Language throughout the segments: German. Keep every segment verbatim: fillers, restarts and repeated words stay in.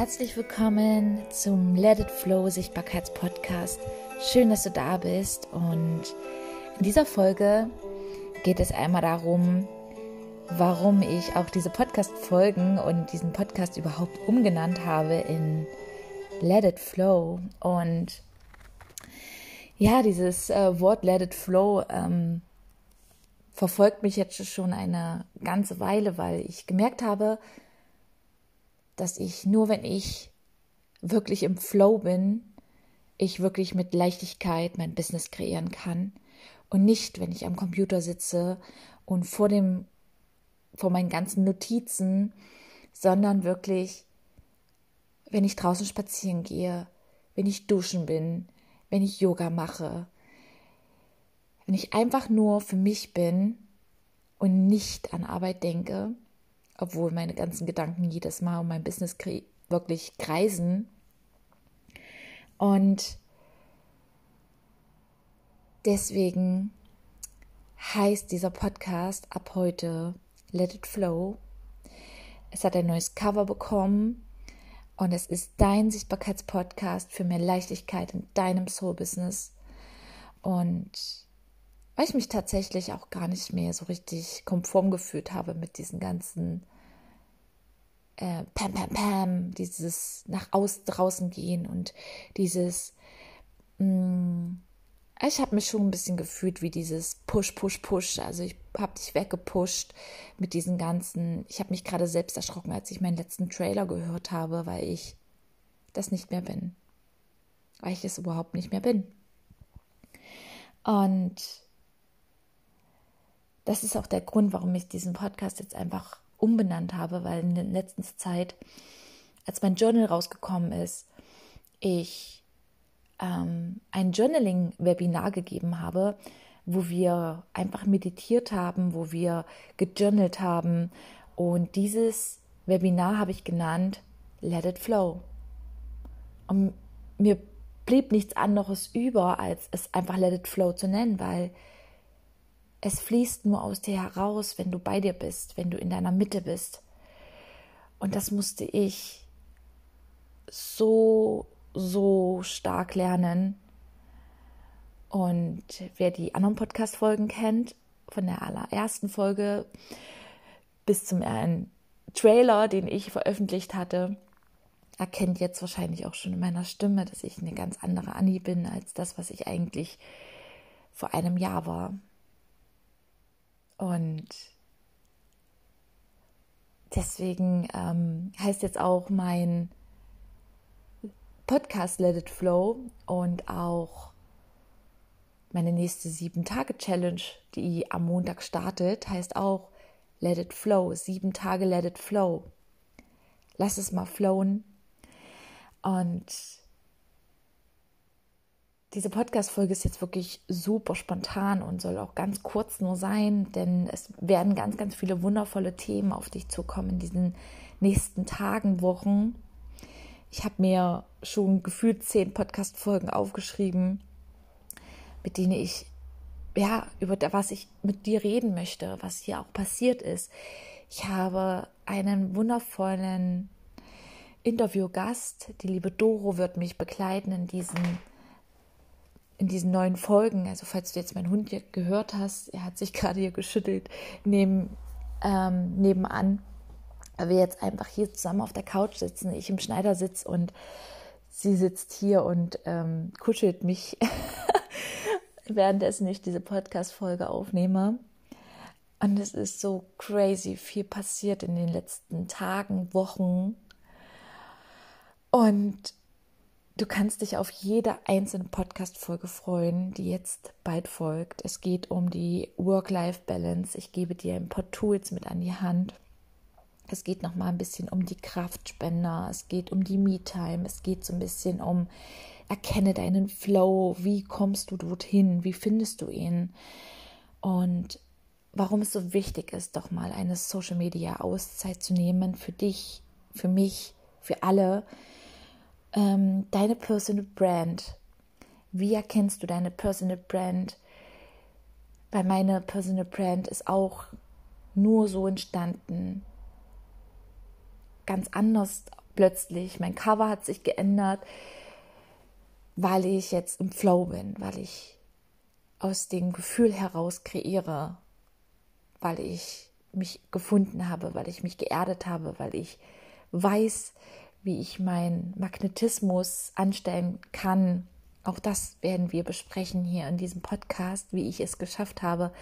Herzlich willkommen zum Let It Flow Sichtbarkeitspodcast. Schön, dass du da bist, und in dieser Folge geht es einmal darum, warum ich auch diese Podcast-Folgen und diesen Podcast überhaupt umgenannt habe in Let It Flow. Und ja, dieses äh, Wort Let It Flow ähm, verfolgt mich jetzt schon eine ganze Weile, weil ich gemerkt habe, dass ich nur, wenn ich wirklich im Flow bin, ich wirklich mit Leichtigkeit mein Business kreieren kann, und nicht, wenn ich am Computer sitze und vor dem, vor meinen ganzen Notizen, sondern wirklich, wenn ich draußen spazieren gehe, wenn ich duschen bin, wenn ich Yoga mache, wenn ich einfach nur für mich bin und nicht an Arbeit denke, obwohl meine ganzen Gedanken jedes Mal um mein Business kre- wirklich kreisen. Und deswegen heißt dieser Podcast ab heute Let It Flow. Es hat ein neues Cover bekommen und es ist dein Sichtbarkeitspodcast für mehr Leichtigkeit in deinem Soul-Business. Und weil ich mich tatsächlich auch gar nicht mehr so richtig konform gefühlt habe mit diesen ganzen äh, Pam, Pam, Pam, dieses nach außen draußen gehen und dieses, mh, ich habe mich schon ein bisschen gefühlt wie dieses Push, Push, Push. Also ich habe dich weggepusht mit diesen ganzen, ich habe mich gerade selbst erschrocken, als ich meinen letzten Trailer gehört habe, weil ich das nicht mehr bin. Weil ich es überhaupt nicht mehr bin. Und das ist auch der Grund, warum ich diesen Podcast jetzt einfach umbenannt habe, weil in der letzten Zeit, als mein Journal rausgekommen ist, ich ähm, ein Journaling-Webinar gegeben habe, wo wir einfach meditiert haben, wo wir gejournalt haben. Und dieses Webinar habe ich genannt Let It Flow. Und mir blieb nichts anderes über, als es einfach Let It Flow zu nennen, weil es fließt nur aus dir heraus, wenn du bei dir bist, wenn du in deiner Mitte bist. Und das musste ich so, so stark lernen. Und wer die anderen Podcast-Folgen kennt, von der allerersten Folge bis zum äh, Trailer, den ich veröffentlicht hatte, erkennt jetzt wahrscheinlich auch schon in meiner Stimme, dass ich eine ganz andere Anni bin, als das, was ich eigentlich vor einem Jahr war. Und deswegen ähm, heißt jetzt auch mein Podcast Let It Flow und auch meine nächste sieben-Tage-Challenge, die am Montag startet, heißt auch Let It Flow, sieben Tage Let It Flow. Lass es mal flowen. Und diese Podcast-Folge ist jetzt wirklich super spontan und soll auch ganz kurz nur sein, denn es werden ganz, ganz viele wundervolle Themen auf dich zukommen in diesen nächsten Tagen, Wochen. Ich habe mir schon gefühlt zehn Podcast-Folgen aufgeschrieben, mit denen ich, ja, über was ich mit dir reden möchte, was hier auch passiert ist. Ich habe einen wundervollen Interviewgast, die liebe Doro wird mich begleiten in diesen in diesen neuen Folgen. Also falls du jetzt meinen Hund hier gehört hast, er hat sich gerade hier geschüttelt neben, ähm, nebenan, weil wir jetzt einfach hier zusammen auf der Couch sitzen, ich im Schneidersitz und sie sitzt hier und ähm, kuschelt mich, währenddessen ich diese Podcast-Folge aufnehme. Und es ist so crazy viel passiert in den letzten Tagen, Wochen. Und du kannst dich auf jede einzelne Podcast-Folge freuen, die jetzt bald folgt. Es geht um die Work-Life-Balance. Ich gebe dir ein paar Tools mit an die Hand. Es geht nochmal ein bisschen um die Kraftspender. Es geht um die Me-Time. Es geht so ein bisschen um erkenne deinen Flow. Wie kommst du dorthin? Wie findest du ihn? Und warum es so wichtig ist, doch mal eine Social-Media-Auszeit zu nehmen für dich, für mich, für alle. Ähm, deine Personal Brand. Wie erkennst du deine Personal Brand? Weil meine Personal Brand ist auch nur so entstanden, ganz anders plötzlich, mein Cover hat sich geändert, weil ich jetzt im Flow bin, weil ich aus dem Gefühl heraus kreiere, weil ich mich gefunden habe, weil ich mich geerdet habe, weil ich weiß, wie ich meinen Magnetismus anstellen kann. Auch das werden wir besprechen hier in diesem Podcast, wie ich es geschafft habe,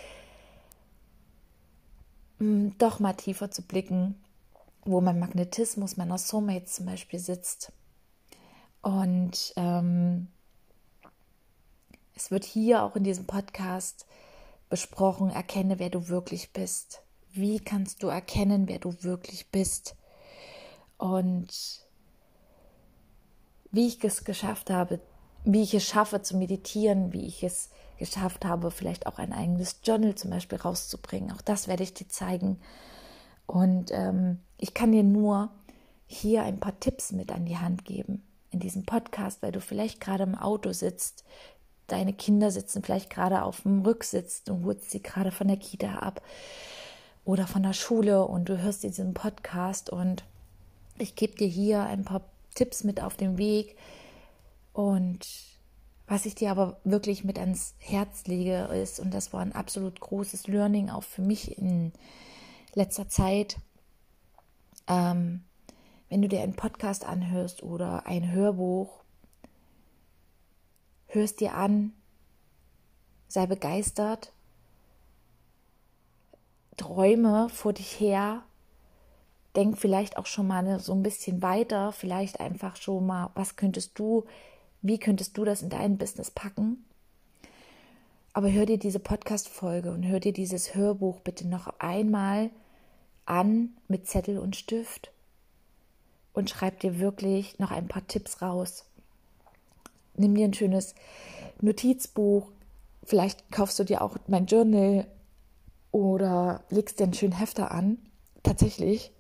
doch mal tiefer zu blicken, wo mein Magnetismus meiner Soulmates zum Beispiel sitzt. Und ähm, es wird hier auch in diesem Podcast besprochen, erkenne, wer du wirklich bist. Wie kannst du erkennen, wer du wirklich bist? Und wie ich es geschafft habe, wie ich es schaffe zu meditieren, wie ich es geschafft habe, vielleicht auch ein eigenes Journal zum Beispiel rauszubringen. Auch das werde ich dir zeigen. Und ähm, ich kann dir nur hier ein paar Tipps mit an die Hand geben in diesem Podcast, weil du vielleicht gerade im Auto sitzt, deine Kinder sitzen vielleicht gerade auf dem Rücksitz, du holst sie gerade von der Kita ab oder von der Schule und du hörst diesen Podcast und ich gebe dir hier ein paar Tipps mit auf den Weg. Und was ich dir aber wirklich mit ans Herz lege ist, und das war ein absolut großes Learning auch für mich in letzter Zeit, ähm, wenn du dir einen Podcast anhörst oder ein Hörbuch, hörst dir an, sei begeistert, träume vor dich her, denk vielleicht auch schon mal so ein bisschen weiter, vielleicht einfach schon mal, was könntest du, wie könntest du das in dein Business packen? Aber hör dir diese Podcast-Folge und hör dir dieses Hörbuch bitte noch einmal an mit Zettel und Stift und schreib dir wirklich noch ein paar Tipps raus. Nimm dir ein schönes Notizbuch, vielleicht kaufst du dir auch mein Journal oder legst dir einen schönen Hefter an. Tatsächlich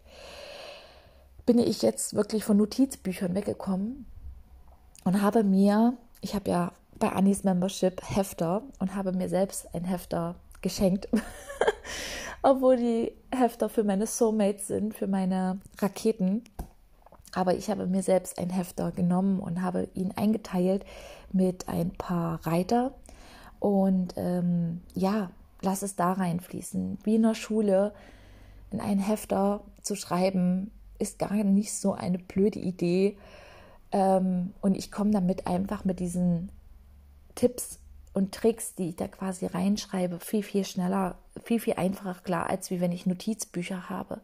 bin ich jetzt wirklich von Notizbüchern weggekommen und habe mir, ich habe ja bei Annis Membership Hefter und habe mir selbst ein Hefter geschenkt, obwohl die Hefter für meine Soulmates sind, für meine Raketen. Aber ich habe mir selbst ein Hefter genommen und habe ihn eingeteilt mit ein paar Reiter und ähm, ja, lass es da reinfließen. Wie in der Schule in einen Hefter zu schreiben, ist gar nicht so eine blöde Idee. Ähm, und ich komme damit einfach mit diesen Tipps und Tricks, die ich da quasi reinschreibe, viel, viel schneller, viel, viel einfacher klar, als wie wenn ich Notizbücher habe.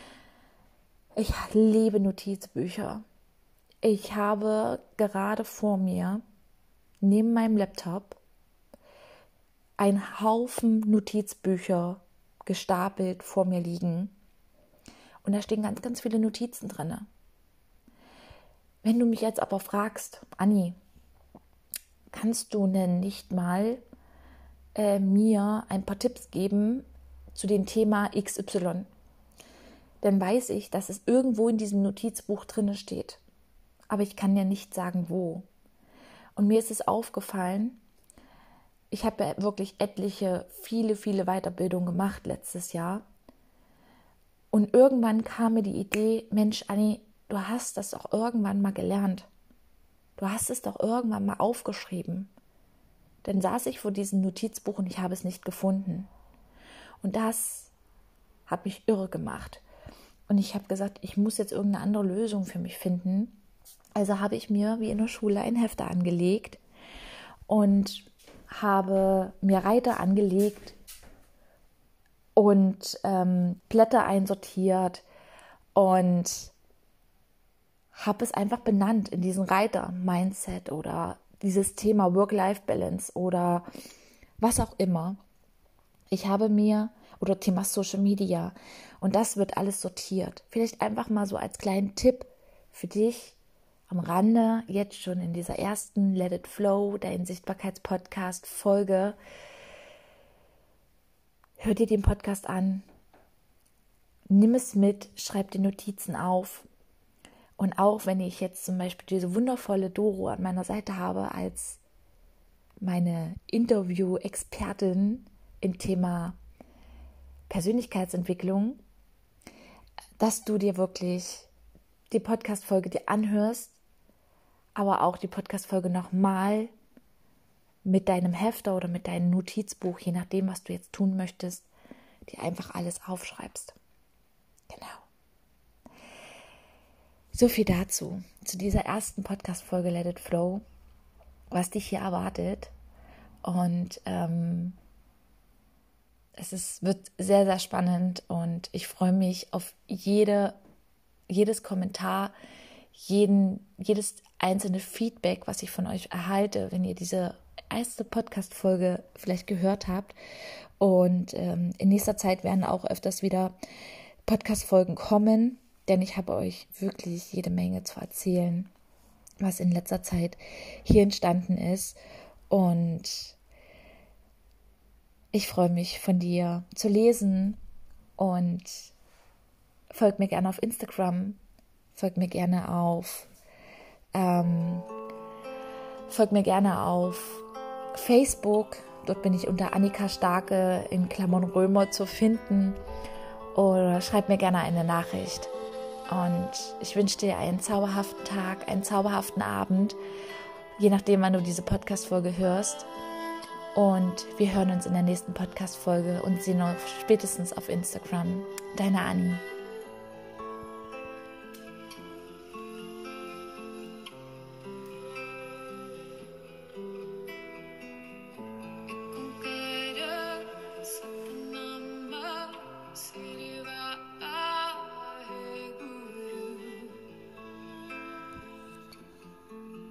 Ich liebe Notizbücher. Ich habe gerade vor mir, neben meinem Laptop, einen Haufen Notizbücher gestapelt vor mir liegen. Und da stehen ganz, ganz viele Notizen drin. Wenn du mich jetzt aber fragst, Anni, kannst du denn nicht mal äh, mir ein paar Tipps geben zu dem Thema X Y? Dann weiß ich, dass es irgendwo in diesem Notizbuch drin steht. Aber ich kann ja nicht sagen, wo. Und mir ist es aufgefallen, ich habe ja wirklich etliche, viele, viele Weiterbildungen gemacht letztes Jahr. Und irgendwann kam mir die Idee, Mensch, Anni, du hast das doch irgendwann mal gelernt. Du hast es doch irgendwann mal aufgeschrieben. Dann saß ich vor diesem Notizbuch und ich habe es nicht gefunden. Und das hat mich irre gemacht. Und ich habe gesagt, ich muss jetzt irgendeine andere Lösung für mich finden. Also habe ich mir wie in der Schule ein Hefter angelegt und habe mir Reiter angelegt und ähm, Blätter einsortiert und habe es einfach benannt in diesen Reiter Mindset oder dieses Thema Work-Life-Balance oder was auch immer. Ich habe mir, oder Thema Social Media, und das wird alles sortiert. Vielleicht einfach mal so als kleinen Tipp für dich am Rande, jetzt schon in dieser ersten Let It Flow, dein Sichtbarkeits-Podcast-Folge. Hör dir den Podcast an, nimm es mit, schreib die Notizen auf. Und auch wenn ich jetzt zum Beispiel diese wundervolle Doro an meiner Seite habe als meine Interview-Expertin im Thema Persönlichkeitsentwicklung, dass du dir wirklich die Podcast-Folge dir anhörst, aber auch die Podcast-Folge nochmal mit deinem Hefter oder mit deinem Notizbuch, je nachdem, was du jetzt tun möchtest, dir einfach alles aufschreibst. Genau. So viel dazu, zu dieser ersten Podcast-Folge Let It Flow, was dich hier erwartet. Und ähm, es ist, wird sehr, sehr spannend und ich freue mich auf jede, jedes Kommentar, jeden, jedes einzelne Feedback, was ich von euch erhalte, wenn ihr diese erste Podcast-Folge vielleicht gehört habt. Und ähm, in nächster Zeit werden auch öfters wieder Podcast-Folgen kommen, denn ich habe euch wirklich jede Menge zu erzählen, was in letzter Zeit hier entstanden ist. Und ich freue mich, von dir zu lesen und folgt mir gerne auf Instagram, folgt mir gerne auf, ähm, folgt mir gerne auf Facebook. Dort bin ich unter Annika Starke in Klammern Römer zu finden. Oder schreib mir gerne eine Nachricht. Und ich wünsche dir einen zauberhaften Tag, einen zauberhaften Abend, je nachdem, wann du diese Podcast-Folge hörst. Und wir hören uns in der nächsten Podcast-Folge und sehen uns spätestens auf Instagram. Deine Anni.